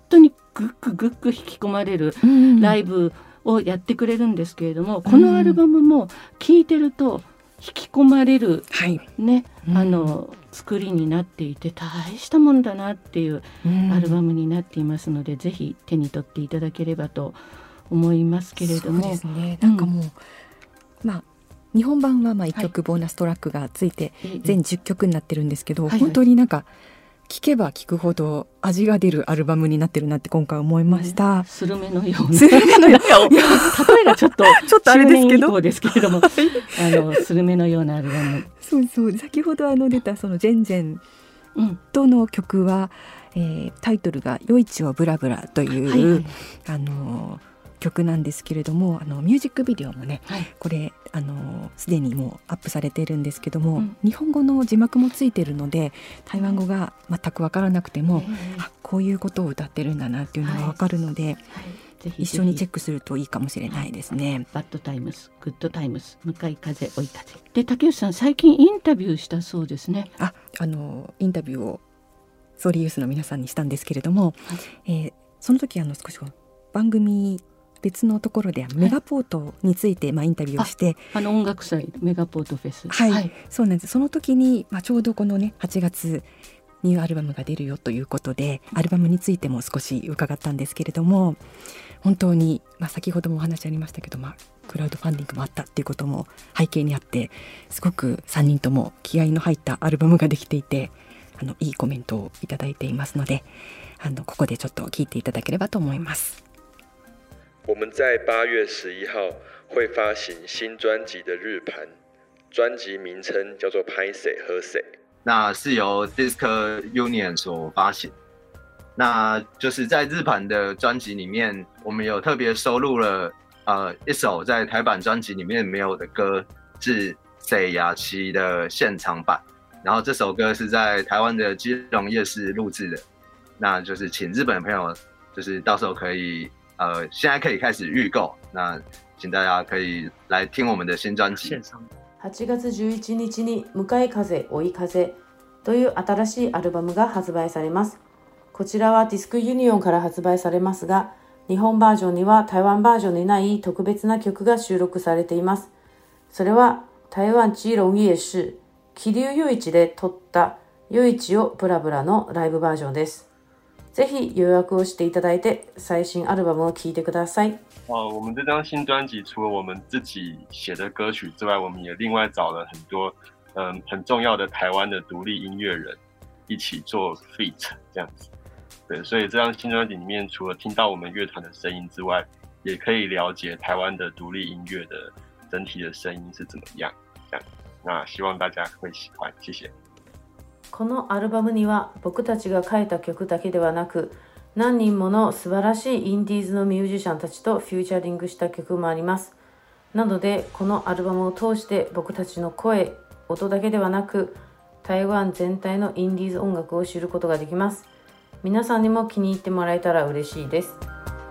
グッググッグ引き込まれるライブをやってくれるんですけれども、うん、このアルバムも聴いてると引き込まれる、はいねうん、あの作りになっていて大したもんだなっていうアルバムになっていますので、うん、ぜひ手に取っていただければと思いますけれども。 そうですね、なんかもう、うん、まあ日本版はまあいっきょくボーナストラックがついて全じゅっきょくになってるんですけど、はいはい、本当になんか聴けば聴くほど味が出るアルバムになってるなって今回思いました、 ね、スルメのようなスルメのような例えがちょっとちょっとあれですけどですけれどもあのスルメのようなアルバムそうそう先ほどあの出たそのジェンジェンとの曲は、うんえー、タイトルが夜市をブラブラという、はいはい、あの曲なんですけれども、あのミュージックビデオもね、はい、これあのすでにもうアップされているんですけども、うん、日本語の字幕もついているので台湾語が全く分からなくても、うん、あこういうことを歌ってるんだなっていうのが分かるので、はいはい、ぜひ一緒にチェックするといいかもしれないですね。 バッドタイムス、グッドタイムス、向かい風追い風で、竹内さん最近インタビューしたそうですね。 あ、あのインタビューをソーリーユースの皆さんにしたんですけれども、はいえー、その時あの少し番組別のところでメガポートについて、はいまあ、インタビューをしてあ, あの音楽祭メガポートフェス、 はいはい、そうなんです。その時に、まあ、ちょうどこのねはちがつニューアルバムが出るよということでアルバムについても少し伺ったんですけれども、本当に、まあ、先ほどもお話ありましたけど、まあ、クラウドファンディングもあったっていうことも背景にあってすごくさんにんとも気合いの入ったアルバムができていて、あのいいコメントをいただいていますので、あのここでちょっと聞いていただければと思います。 我们在八月十一号会发行新专辑的日盘，专辑名称叫做拍谁喝谁， 那是由 Disc Union 所发行。那就是在日盘的专辑里面，我们有特别收录了呃一首在台版专辑里面没有的歌，是谁雅琪的现场版。然后这首歌是在台湾的基隆夜市录制的，那就是请日本的朋友，就是到时候可以。呃，现在可以开始预购，那请大家可以来听我们的新专辑。 はちがつじゅういちにちに向かい風追い風という新しいアルバムが発売されます。こちらはディスクユニオンから発売されますが、日本バージョンには台湾バージョンにない特別な曲が収録されています。それは台湾基隆夜市桐生夜市で撮った夜市をブラブラのライブバージョンです。ぜひ予約をしていただいて最新アルバムを聴いてください。 呃，我们这张新专辑除了我们自己写的歌曲之外，我们也另外找了很多嗯很重要的台湾的独立音乐人一起做 feat 这样子。对，所以这张新专辑里面除了听到我们乐团的声音之外，也可以了解台湾的独立音乐的整体的声音是怎么样。这样，那希望大家会喜欢，谢谢。 このアルバムには僕たちが書いた曲だけではなく、何人もの素晴らしいインディーズのミュージシャンたちとフューチャリングした曲もあります。なのでこのアルバムを通して僕たちの声、音だけではなく台湾全体のインディーズ音楽を知ることができます。皆さんにも気に入ってもらえたら嬉しいです。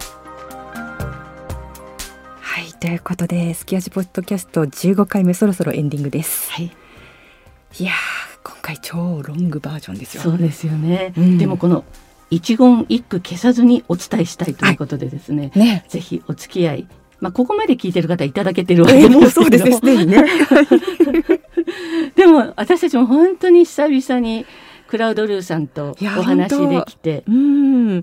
はい、ということでスキヤジポッドキャストじゅうごかいめ、そろそろエンディングです。 はい、 いや今回超ロングバージョンですよ。 そうですよね、うん、でもこの一言一句消さずにお伝えしたいということでですね、はい、ねぜひお付き合い、まあ、ここまで聞いてる方いただけてるわけですけども、えー、もうそうですね、すでにねでも私たちも本当に久々にクラウドルーさんとお話できて、うん、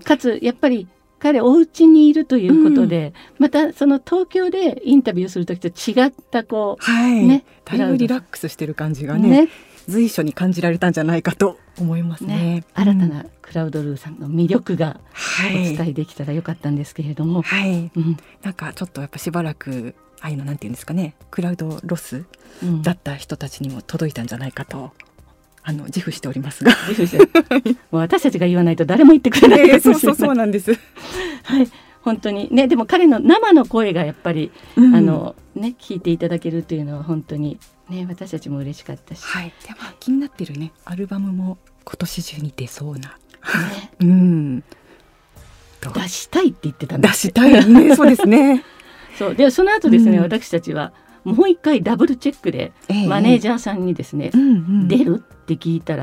かつやっぱり彼お家にいるということで、うん、またその東京でインタビューする時と違ったこう、 はいね、だいぶリラックスしてる感じが ね, ね随所に感じられたんじゃないかと思います ね, ね新たなクラウドルーさんの魅力がお伝えできたらよかったんですけれども、 はいうん、なんかちょっとやっぱしばらくああいうのなんていうんですかね、クラウドロスだった人たちにも届いたんじゃないかと、うん、あの自負しておりますが自負してもう私たちが言わないと誰も言ってくれない、 えー、そうそうそうなんですはい本当にね、でも彼の生の声がやっぱり、うん、あのね聞いていただけるというのは本当にね私たちも嬉しかったし、 はい、でも気になってるねアルバムも今年中に出そうな、ねうん、 出したいって言ってたんです出したいねそうですねそうでその後ですね、うん、私たちはもう一回ダブルチェックでマネージャーさんにですね、えーうんうん、出るって聞いたら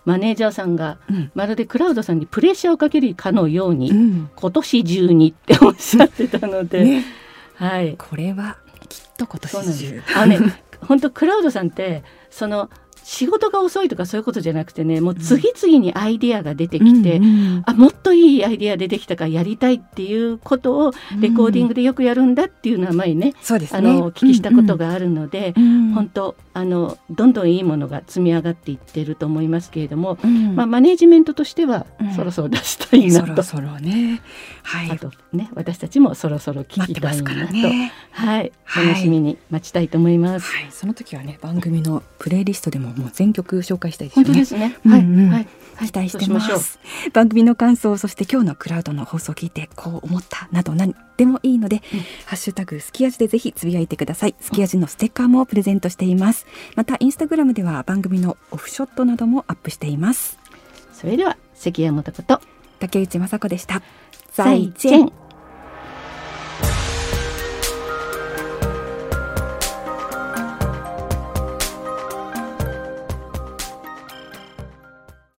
マネージャーさんが、うん、まるでクラウドさんにプレッシャーをかけるかのように、うん、今年中にっておっしゃってたので、ね、はい、 これはきっと今年中。 あのね、本当クラウドさんってその仕事が遅いとかそういうことじゃなくてね、もう次々にアイディアが出てきて、うん、あもっといいアイディア出てきたからやりたいっていうことをレコーディングでよくやるんだっていうのは前ね、 そうですね、 あのお聞きしたことがあるので、うんうん、本当あのどんどんいいものが積み上がっていってると思いますけれども、うん、まあ、マネージメントとしてはそろそろ出したいなと、 うん、そろそろね、はい、 あとね私たちもそろそろ聞きたいなと、ね、はい、楽しみに待ちたいと思います、 はいはい、その時はね番組のプレイリストでももう全曲紹介したいですよね。 本当ですね、はい、うんうん、はい、 期待してます。番組の感想、そして今日のクラウドの放送を聞いてこう思ったなど何でもいいので、うん、ハッシュタグすきやじでぜひつぶやいてください。すきやじのステッカーもプレゼントしています。またインスタグラムでは番組のオフショットなどもアップしています。 それでは関谷素子と竹内雅子でした。 再见。